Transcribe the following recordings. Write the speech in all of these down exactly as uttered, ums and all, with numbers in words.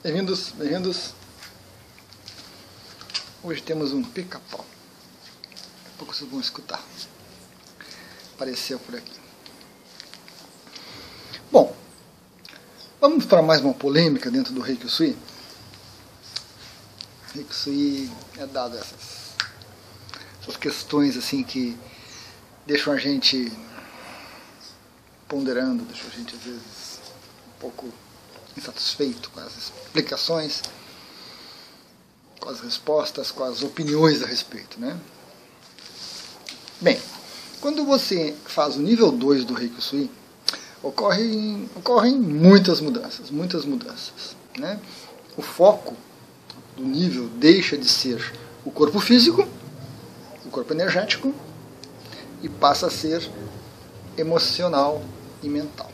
Bem-vindos, bem-vindos. Hoje temos um pica-pau. Daqui a pouco vocês vão escutar. Apareceu por aqui. Bom, vamos para mais uma polêmica dentro do Reiki Usui. Reiki Usui é dado essas, essas questões assim que deixam a gente ponderando, deixam a gente às vezes um pouco insatisfeito com as explicações, com as respostas, com as opiniões a respeito, né? Bem, quando você faz o nível dois do Reiki Usui, ocorrem, ocorrem muitas mudanças, muitas mudanças, né? O foco do nível deixa de ser o corpo físico, o corpo energético, e passa a ser emocional e mental.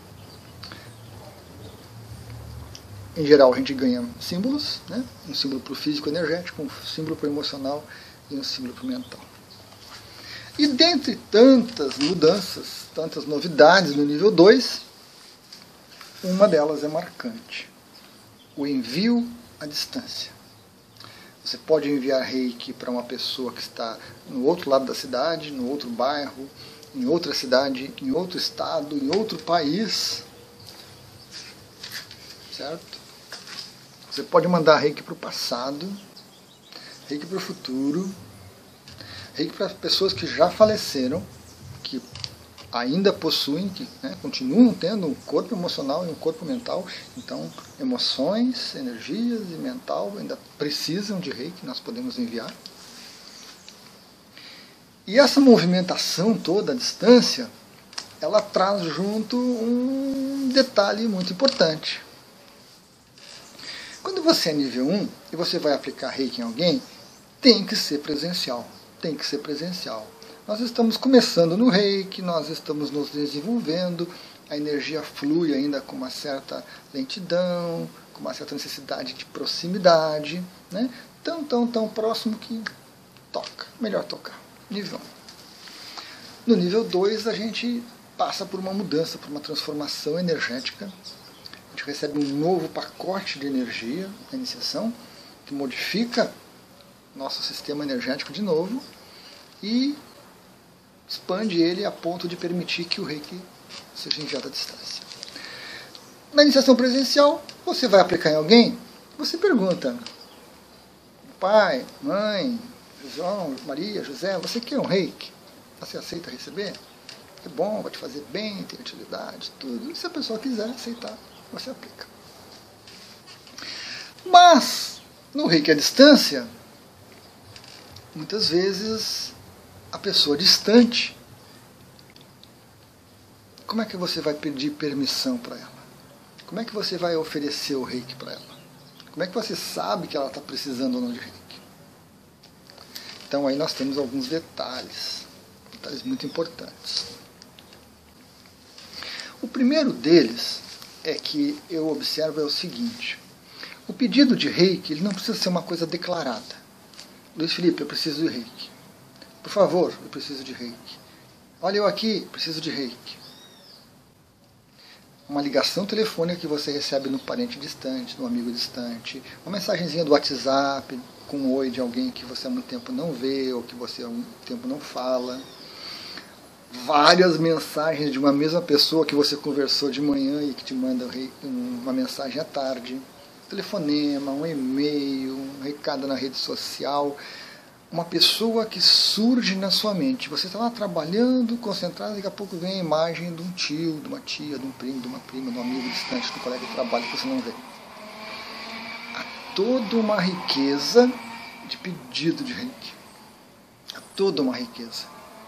Em geral, a gente ganha símbolos, né? Um símbolo para o físico energético, um símbolo para o emocional e um símbolo para o mental. E dentre tantas mudanças, tantas novidades no nível dois, uma delas é marcante: o envio à distância. Você pode enviar reiki para uma pessoa que está no outro lado da cidade, no outro bairro, em outra cidade, em outro estado, em outro país. Certo? Você pode mandar reiki para o passado, reiki para o futuro, reiki para pessoas que já faleceram, que ainda possuem, que né, continuam tendo um corpo emocional e um corpo mental. Então, emoções, energias e mental ainda precisam de reiki, nós podemos enviar. E essa movimentação toda à distância, ela traz junto um detalhe muito importante. Quando você é nível um e você vai aplicar reiki em alguém, tem que ser presencial. Tem que ser presencial. Nós estamos começando no reiki, nós estamos nos desenvolvendo, a energia flui ainda com uma certa lentidão, com uma certa necessidade de proximidade, né? Tão, tão, tão próximo que toca. Melhor tocar. Nível um. No nível dois, a gente passa por uma mudança, por uma transformação energética. A gente recebe um novo pacote de energia na iniciação, que modifica nosso sistema energético de novo e expande ele a ponto de permitir que o reiki seja enviado à distância. Na iniciação presencial, você vai aplicar em alguém, você pergunta: pai, mãe, João, Maria, José, você quer um reiki? Você aceita receber? É bom, vai te fazer bem, tem utilidade, tudo. E se a pessoa quiser aceitar, você aplica. Mas, no reiki à distância, muitas vezes a pessoa distante, como é que você vai pedir permissão para ela? Como é que você vai oferecer o reiki para ela? Como é que você sabe que ela está precisando ou não de reiki? Então aí nós temos alguns detalhes, detalhes muito importantes. O primeiro deles é que eu observo é o seguinte: o pedido de reiki ele não precisa ser uma coisa declarada. Luiz Felipe, eu preciso de reiki. Por favor, eu preciso de reiki. Olha eu aqui, preciso de reiki. Uma ligação telefônica que você recebe no parente distante, no amigo distante, uma mensagenzinha do WhatsApp com um oi de alguém que você há muito tempo não vê ou que você há muito tempo não fala. Várias mensagens de uma mesma pessoa que você conversou de manhã e que te manda uma mensagem à tarde. Telefonema, um e-mail, um recado na rede social. Uma pessoa que surge na sua mente. Você está lá trabalhando, concentrado, e daqui a pouco vem a imagem de um tio, de uma tia, de um primo, de uma prima, de um amigo distante, de um colega de trabalho que você não vê. Há toda uma riqueza de pedido de reiki. Há toda uma riqueza.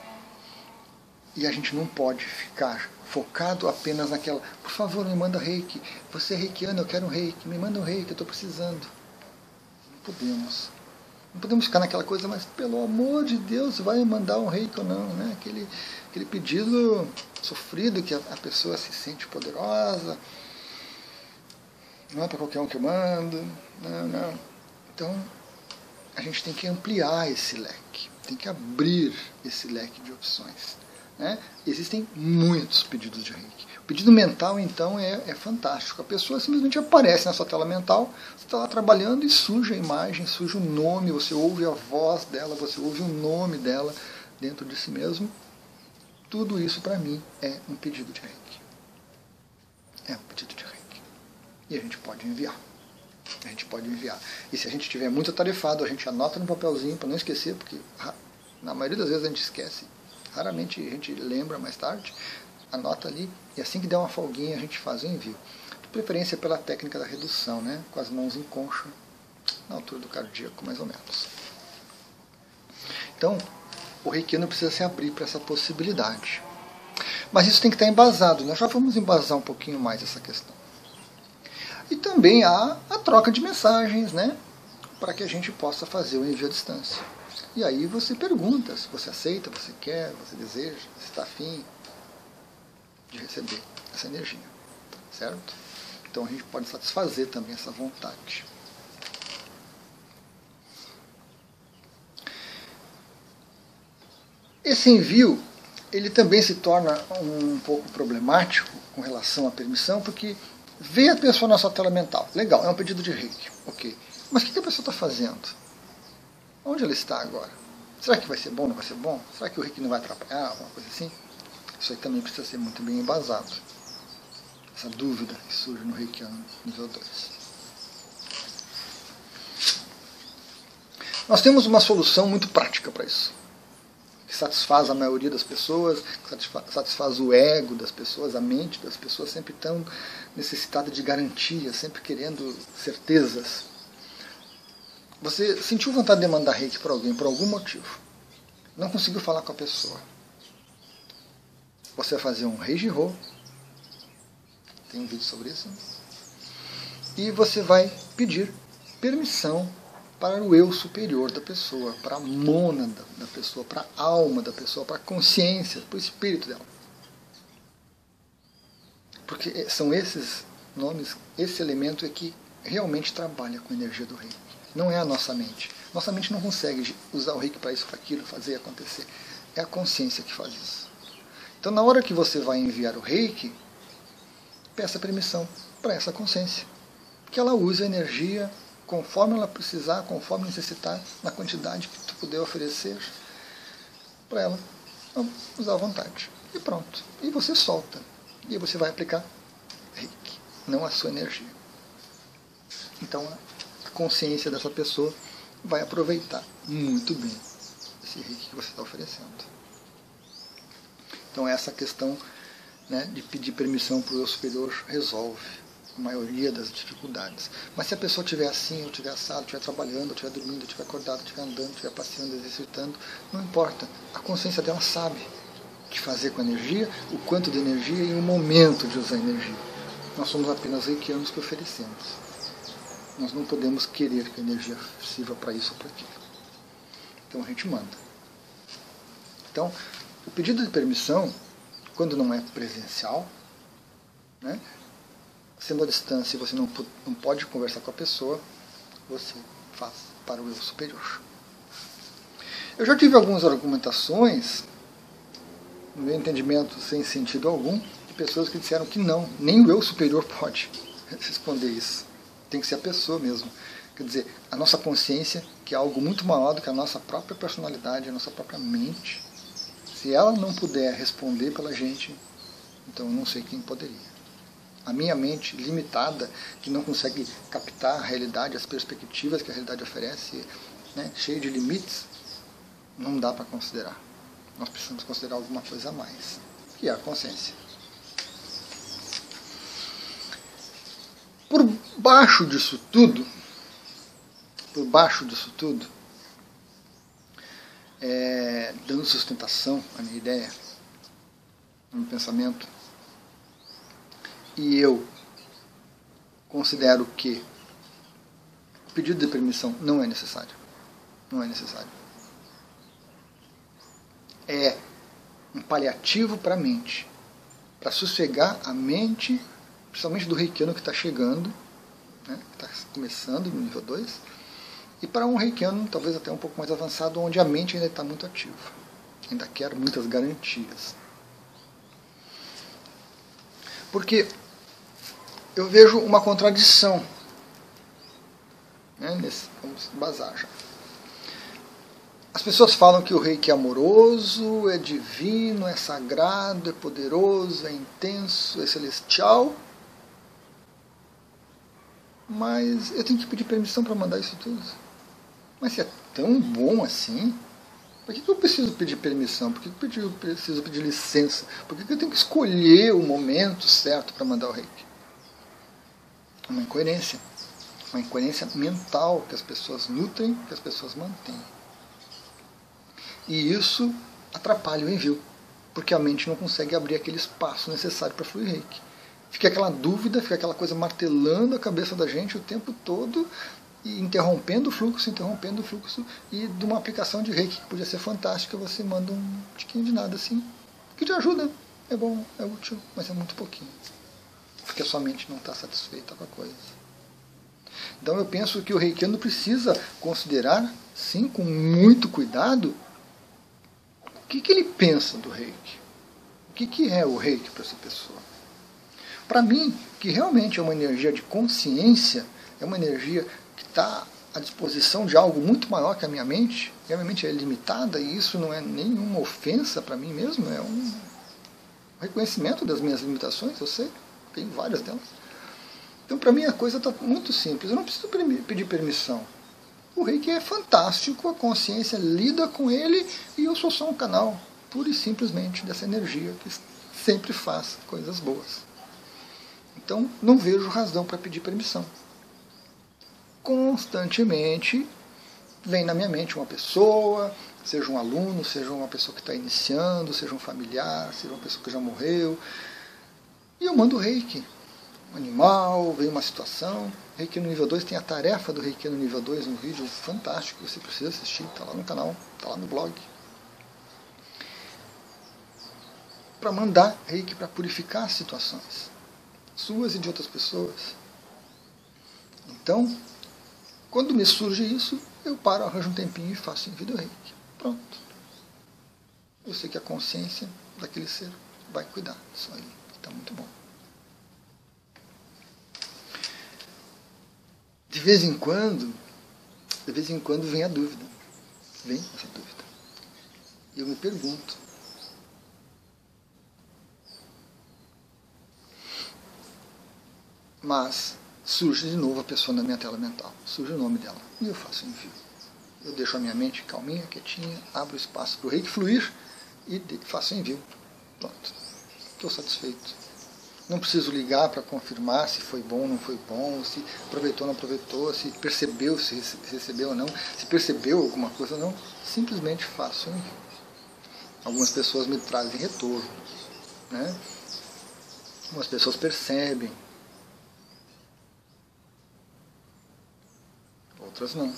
E a gente não pode ficar focado apenas naquela: por favor, me manda reiki. Você é reikiano, eu quero um reiki. Me manda um reiki, eu estou precisando. Não podemos. Não podemos ficar naquela coisa: mas pelo amor de Deus, vai me mandar um reiki ou não, né? Aquele, aquele pedido sofrido que a, a pessoa se sente poderosa. Não é para qualquer um que eu mando. Não, não. Então, a gente tem que ampliar esse leque. Tem que abrir esse leque de opções. né? Existem muitos pedidos de reiki. O pedido mental, então, é, é fantástico. A pessoa simplesmente aparece na sua tela mental, você está lá trabalhando e surge a imagem, surge o nome, você ouve a voz dela, você ouve o nome dela dentro de si mesmo. Tudo isso, para mim, é um pedido de reiki. É um pedido de reiki. E a gente pode enviar. A gente pode enviar. E se a gente estiver muito atarefado, a gente anota no papelzinho para não esquecer, porque na maioria das vezes a gente esquece. Raramente a gente lembra mais tarde. Anota ali e assim que der uma folguinha a gente faz o envio. De preferência pela técnica da redução, né? Com as mãos em concha, na altura do cardíaco, mais ou menos. Então, o reikiano precisa se abrir para essa possibilidade. Mas isso tem que estar embasado. Nós já vamos embasar um pouquinho mais essa questão. E também há a troca de mensagens, né? Para que a gente possa fazer o envio à distância. E aí você pergunta se você aceita, você quer, você deseja, se está afim de receber essa energia, certo? Então a gente pode satisfazer também essa vontade. Esse envio, ele também se torna um pouco problemático com relação à permissão, porque vê a pessoa na sua tela mental, legal, é um pedido de reiki, ok, mas o que a pessoa está fazendo? Onde ela está agora? Será que vai ser bom, não vai ser bom? Será que o reiki não vai atrapalhar, alguma coisa assim? Isso aí também precisa ser muito bem embasado. Essa dúvida que surge no reikiano nível dois. Nós temos uma solução muito prática para isso, que satisfaz a maioria das pessoas, que satisfaz, satisfaz o ego das pessoas, a mente das pessoas, sempre tão necessitada de garantia, sempre querendo certezas. Você sentiu vontade de mandar reiki para alguém por algum motivo, não conseguiu falar com a pessoa. Você vai fazer um Reijiro, tem um vídeo sobre isso, e você vai pedir permissão para o eu superior da pessoa, para a mônada da pessoa, para a alma da pessoa, para a consciência, para o espírito dela. Porque são esses nomes, esse elemento é que realmente trabalha com a energia do reiki. Não é a nossa mente. Nossa mente não consegue usar o reiki para isso, para aquilo, fazer acontecer. É a consciência que faz isso. Então, na hora que você vai enviar o reiki, peça permissão para essa consciência. Que ela use a energia conforme ela precisar, conforme necessitar, na quantidade que tu puder oferecer para ela. Então, usar à vontade. E pronto. E você solta. E você vai aplicar reiki, não a sua energia. Então, a consciência dessa pessoa vai aproveitar muito bem esse reiki que você está oferecendo. Então essa questão, né, de pedir permissão para o eu superior resolve a maioria das dificuldades. Mas se a pessoa estiver assim, ou estiver assado, estiver trabalhando, ou estiver dormindo, ou estiver acordado, ou estiver andando, estiver passeando, exercitando, não importa. A consciência dela sabe o que fazer com a energia, o quanto de energia e o momento de usar a energia. Nós somos apenas reikianos que oferecemos. Nós não podemos querer que a energia sirva para isso ou para aquilo. Então a gente manda. Então, o pedido de permissão, quando não é presencial, né, sendo à distância e você não, não pode conversar com a pessoa, você faz para o eu superior. Eu já tive algumas argumentações, no meu entendimento sem sentido algum, de pessoas que disseram que não, nem o eu superior pode responder isso. Tem que ser a pessoa mesmo. Quer dizer, a nossa consciência, que é algo muito maior do que a nossa própria personalidade, a nossa própria mente. Se ela não puder responder pela gente, então eu não sei quem poderia. A minha mente limitada, que não consegue captar a realidade, as perspectivas que a realidade oferece, né, cheia de limites, não dá para considerar. Nós precisamos considerar alguma coisa a mais, que é a consciência. Por baixo disso tudo, por baixo disso tudo, é, dando sustentação à minha ideia, ao meu pensamento, e eu considero que o pedido de permissão não é necessário. Não é necessário. É um paliativo para a mente, para sossegar a mente, principalmente do reikiano que está chegando, né, que está começando no nível dois, e para um reikiano talvez até um pouco mais avançado, onde a mente ainda está muito ativa, ainda quer muitas garantias. Porque eu vejo uma contradição, né, nesse, vamos embasar já. As pessoas falam que o reiki é amoroso, é divino, é sagrado, é poderoso, é intenso, é celestial. Mas eu tenho que pedir permissão para mandar isso tudo. Mas se é tão bom assim, por que eu preciso pedir permissão? Por que eu preciso pedir licença? Por que eu tenho que escolher o momento certo para mandar o reiki? É uma incoerência. Uma incoerência mental que as pessoas nutrem, que as pessoas mantêm. E isso atrapalha o envio, porque a mente não consegue abrir aquele espaço necessário para fluir reiki. Fica aquela dúvida, fica aquela coisa martelando a cabeça da gente o tempo todo, e interrompendo o fluxo, interrompendo o fluxo, e de uma aplicação de reiki que podia ser fantástica, você manda um tiquinho de nada assim, que te ajuda, é bom, é útil, mas é muito pouquinho, porque a sua mente não está satisfeita com a coisa. Então eu penso que o reikiano precisa considerar, sim, com muito cuidado, o que, que ele pensa do reiki? O que, que é o reiki para essa pessoa? Para mim, que realmente é uma energia de consciência, é uma energia que está à disposição de algo muito maior que a minha mente, e a minha mente é limitada, e isso não é nenhuma ofensa para mim mesmo, é um reconhecimento das minhas limitações, eu sei, tenho várias delas. Então, para mim, a coisa está muito simples, eu não preciso pedir permissão. O reiki é fantástico, a consciência lida com ele e eu sou só um canal, pura e simplesmente, dessa energia que sempre faz coisas boas. Então, não vejo razão para pedir permissão. Constantemente vem na minha mente uma pessoa, seja um aluno, seja uma pessoa que está iniciando, seja um familiar, seja uma pessoa que já morreu, e eu mando reiki. Um animal, vem uma situação. Reiki no nível dois tem a tarefa do Reiki no nível dois, um vídeo fantástico que você precisa assistir, está lá no canal, está lá no blog. Para mandar reiki para purificar as situações, suas e de outras pessoas. Então, quando me surge isso, eu paro, arranjo um tempinho e faço envio do reiki. Pronto. Eu sei que a consciência daquele ser vai cuidar disso aí. Está muito bom. De vez em quando, de vez em quando vem a dúvida. Vem essa dúvida. E eu me pergunto. Mas surge de novo a pessoa na minha tela mental. Surge o nome dela. E eu faço envio. Eu deixo a minha mente calminha, quietinha, abro espaço para o reiki fluir e faço envio. Pronto. Estou satisfeito. Não preciso ligar para confirmar se foi bom ou não foi bom, se aproveitou ou não aproveitou, se percebeu, se recebeu ou não, se percebeu alguma coisa ou não. Simplesmente faço um envio. Algumas pessoas me trazem retorno, né? Algumas pessoas percebem, outras não.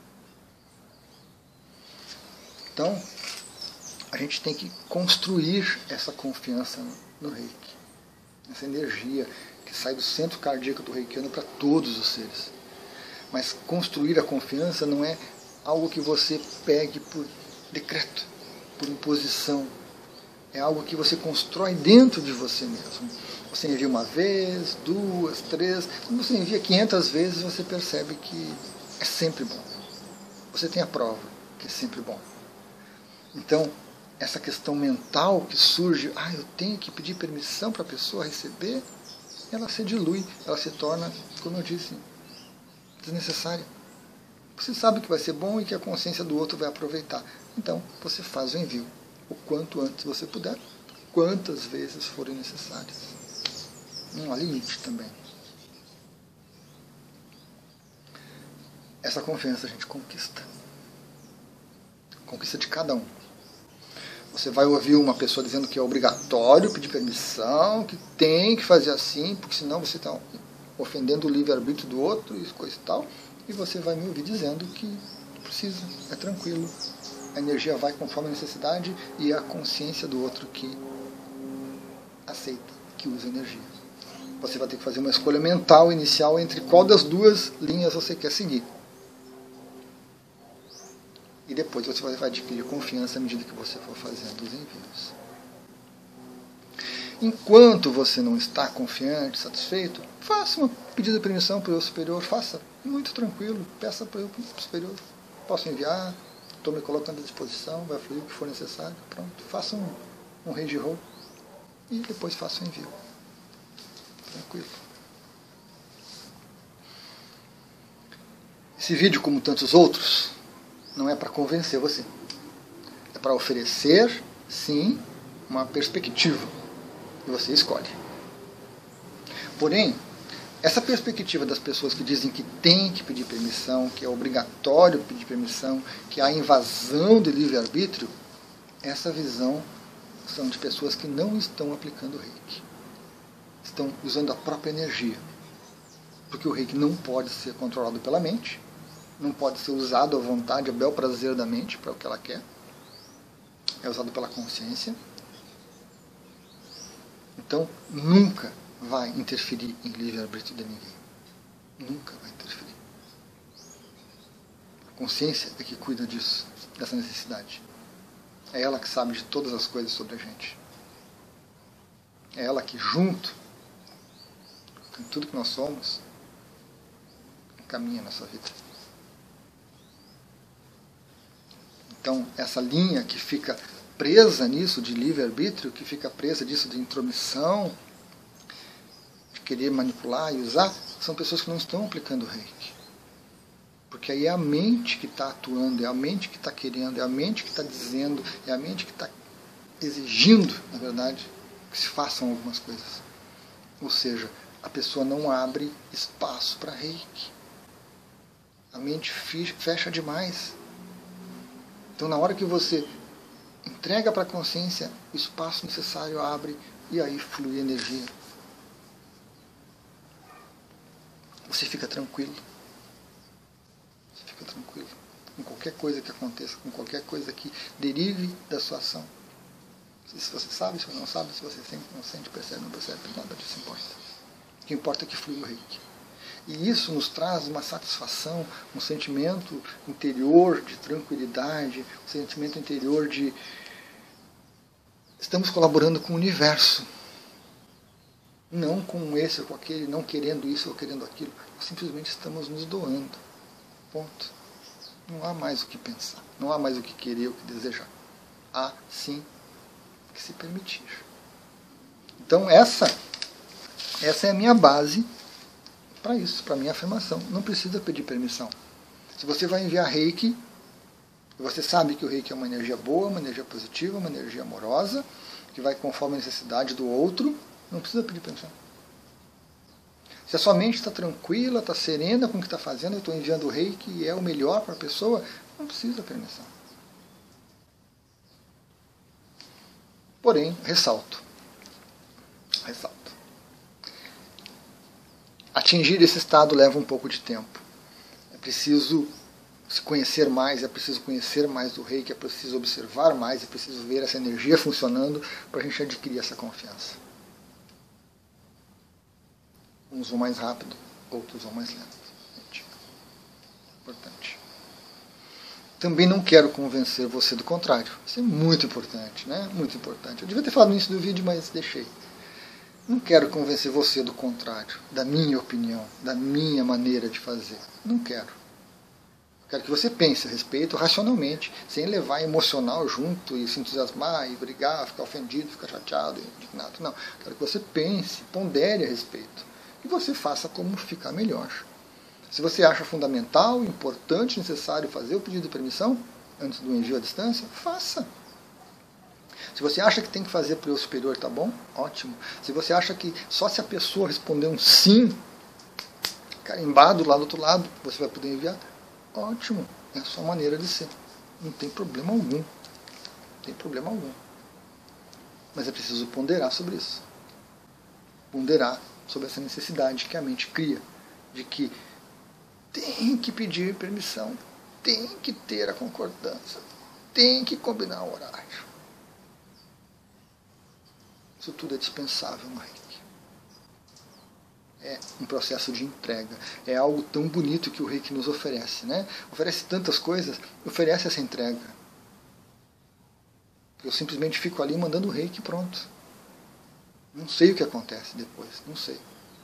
Então, a gente tem que construir essa confiança no reiki. Essa energia que sai do centro cardíaco do reikiano para todos os seres. Mas construir a confiança não é algo que você pegue por decreto, por imposição. É algo que você constrói dentro de você mesmo. Você envia uma vez, duas, três. Quando você envia quinhentas vezes, você percebe que é sempre bom. Você tem a prova que é sempre bom. Então, essa questão mental que surge, ah, eu tenho que pedir permissão para a pessoa receber, ela se dilui, ela se torna, como eu disse, desnecessária. Você sabe que vai ser bom e que a consciência do outro vai aproveitar. Então, você faz o envio o quanto antes você puder, quantas vezes forem necessárias. Não há limite também. Essa confiança a gente conquista. Conquista de cada um. Você vai ouvir uma pessoa dizendo que é obrigatório pedir permissão, que tem que fazer assim, porque senão você está ofendendo o livre-arbítrio do outro e coisa e tal. E você vai me ouvir dizendo que precisa, é tranquilo. A energia vai conforme a necessidade e a consciência do outro que aceita, que usa energia. Você vai ter que fazer uma escolha mental inicial entre qual das duas linhas você quer seguir. E depois você vai adquirir confiança à medida que você for fazendo os envios. Enquanto você não está confiante, satisfeito, faça uma pedido de permissão para o superior, faça, muito tranquilo, peça para o superior, posso enviar, estou me colocando à disposição, vai fluir o que for necessário, pronto, faça um, um rage roll e depois faça o envio. Tranquilo. Esse vídeo, como tantos outros, não é para convencer você, é para oferecer, sim, uma perspectiva. E você escolhe. Porém, essa perspectiva das pessoas que dizem que tem que pedir permissão, que é obrigatório pedir permissão, que há invasão de livre-arbítrio, essa visão são de pessoas que não estão aplicando o reiki. Estão usando a própria energia. Porque o reiki não pode ser controlado pela mente, não pode ser usado à vontade, a bel prazer da mente, para o que ela quer. É usado pela consciência. Então, nunca vai interferir em livre-arbítrio de ninguém. Nunca vai interferir. A consciência é que cuida disso, dessa necessidade. É ela que sabe de todas as coisas sobre a gente. É ela que, junto com tudo que nós somos, encaminha a nossa vida. Então, essa linha que fica presa nisso de livre-arbítrio, que fica presa disso de intromissão, de querer manipular e usar, são pessoas que não estão aplicando o reiki. Porque aí é a mente que está atuando, é a mente que está querendo, é a mente que está dizendo, é a mente que está exigindo, na verdade, que se façam algumas coisas. Ou seja, a pessoa não abre espaço para reiki. A mente fecha demais. Então, na hora que você entrega para a consciência, o espaço necessário abre e aí flui energia. Você fica tranquilo. Você fica tranquilo. Com qualquer coisa que aconteça, com qualquer coisa que derive da sua ação. Se você sabe, se você não sabe, se você sente, não sente, percebe, não percebe, nada disso importa. O que importa é que flui o reiki. E isso nos traz uma satisfação, um sentimento interior de tranquilidade, um sentimento interior de estamos colaborando com o universo. Não com esse ou com aquele, não querendo isso ou querendo aquilo. Simplesmente estamos nos doando. Ponto. Não há mais o que pensar. Não há mais o que querer, o que desejar. Há, sim, o que se permitir. Então essa, essa é a minha base para isso, para a minha afirmação. Não precisa pedir permissão. Se você vai enviar reiki, você sabe que o reiki é uma energia boa, uma energia positiva, uma energia amorosa, que vai conforme a necessidade do outro, não precisa pedir permissão. Se a sua mente está tranquila, está serena com o que está fazendo, eu estou enviando o reiki e é o melhor para a pessoa, não precisa permissão. Porém, ressalto. Ressalto. Atingir esse estado leva um pouco de tempo. É preciso se conhecer mais, é preciso conhecer mais do reiki, é preciso observar mais, é preciso ver essa energia funcionando para a gente adquirir essa confiança. Uns vão mais rápido, outros vão mais lento. Importante. Também não quero convencer você do contrário. Isso é muito importante, né? Muito importante. Eu devia ter falado no início do vídeo, mas deixei. Não quero convencer você do contrário, da minha opinião, da minha maneira de fazer. Não quero. Quero que você pense a respeito racionalmente, sem levar emocional junto e se entusiasmar e brigar, ficar ofendido, ficar chateado, indignado. Não. Quero que você pense, pondere a respeito. E você faça como ficar melhor. Se você acha fundamental, importante, necessário fazer o pedido de permissão antes do envio à distância, faça. Se você acha que tem que fazer para o superior, tá bom? Ótimo. Se você acha que só se a pessoa responder um sim, carimbado lá do outro lado, você vai poder enviar, ótimo. É a sua maneira de ser. Não tem problema algum. Não tem problema algum. Mas é preciso ponderar sobre isso. Ponderar sobre essa necessidade que a mente cria, de que tem que pedir permissão, tem que ter a concordância, tem que combinar o horário. Isso tudo é dispensável no reiki. É um processo de entrega. É algo tão bonito que o reiki nos oferece, né? Oferece tantas coisas, oferece essa entrega. Eu simplesmente fico ali mandando o reiki e pronto. Não sei o que acontece depois, não sei.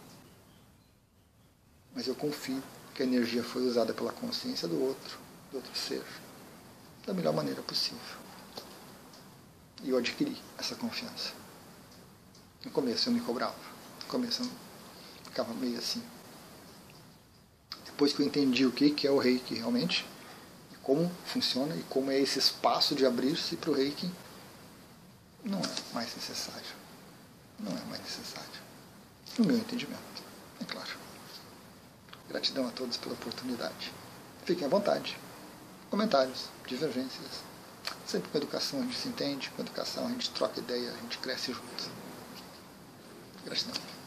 Mas eu confio que a energia foi usada pela consciência do outro, do outro ser, da melhor maneira possível. E eu adquiri essa confiança. No começo eu me cobrava, no começo eu ficava meio assim. Depois que eu entendi o que é o Reiki realmente, e como funciona, e como é esse espaço de abrir-se para o Reiki, não é mais necessário. Não é mais necessário. No meu entendimento, é claro. Gratidão a todos pela oportunidade. Fiquem à vontade. Comentários, divergências. Sempre com educação a gente se entende, com educação a gente troca ideia, a gente cresce junto. Gratidão.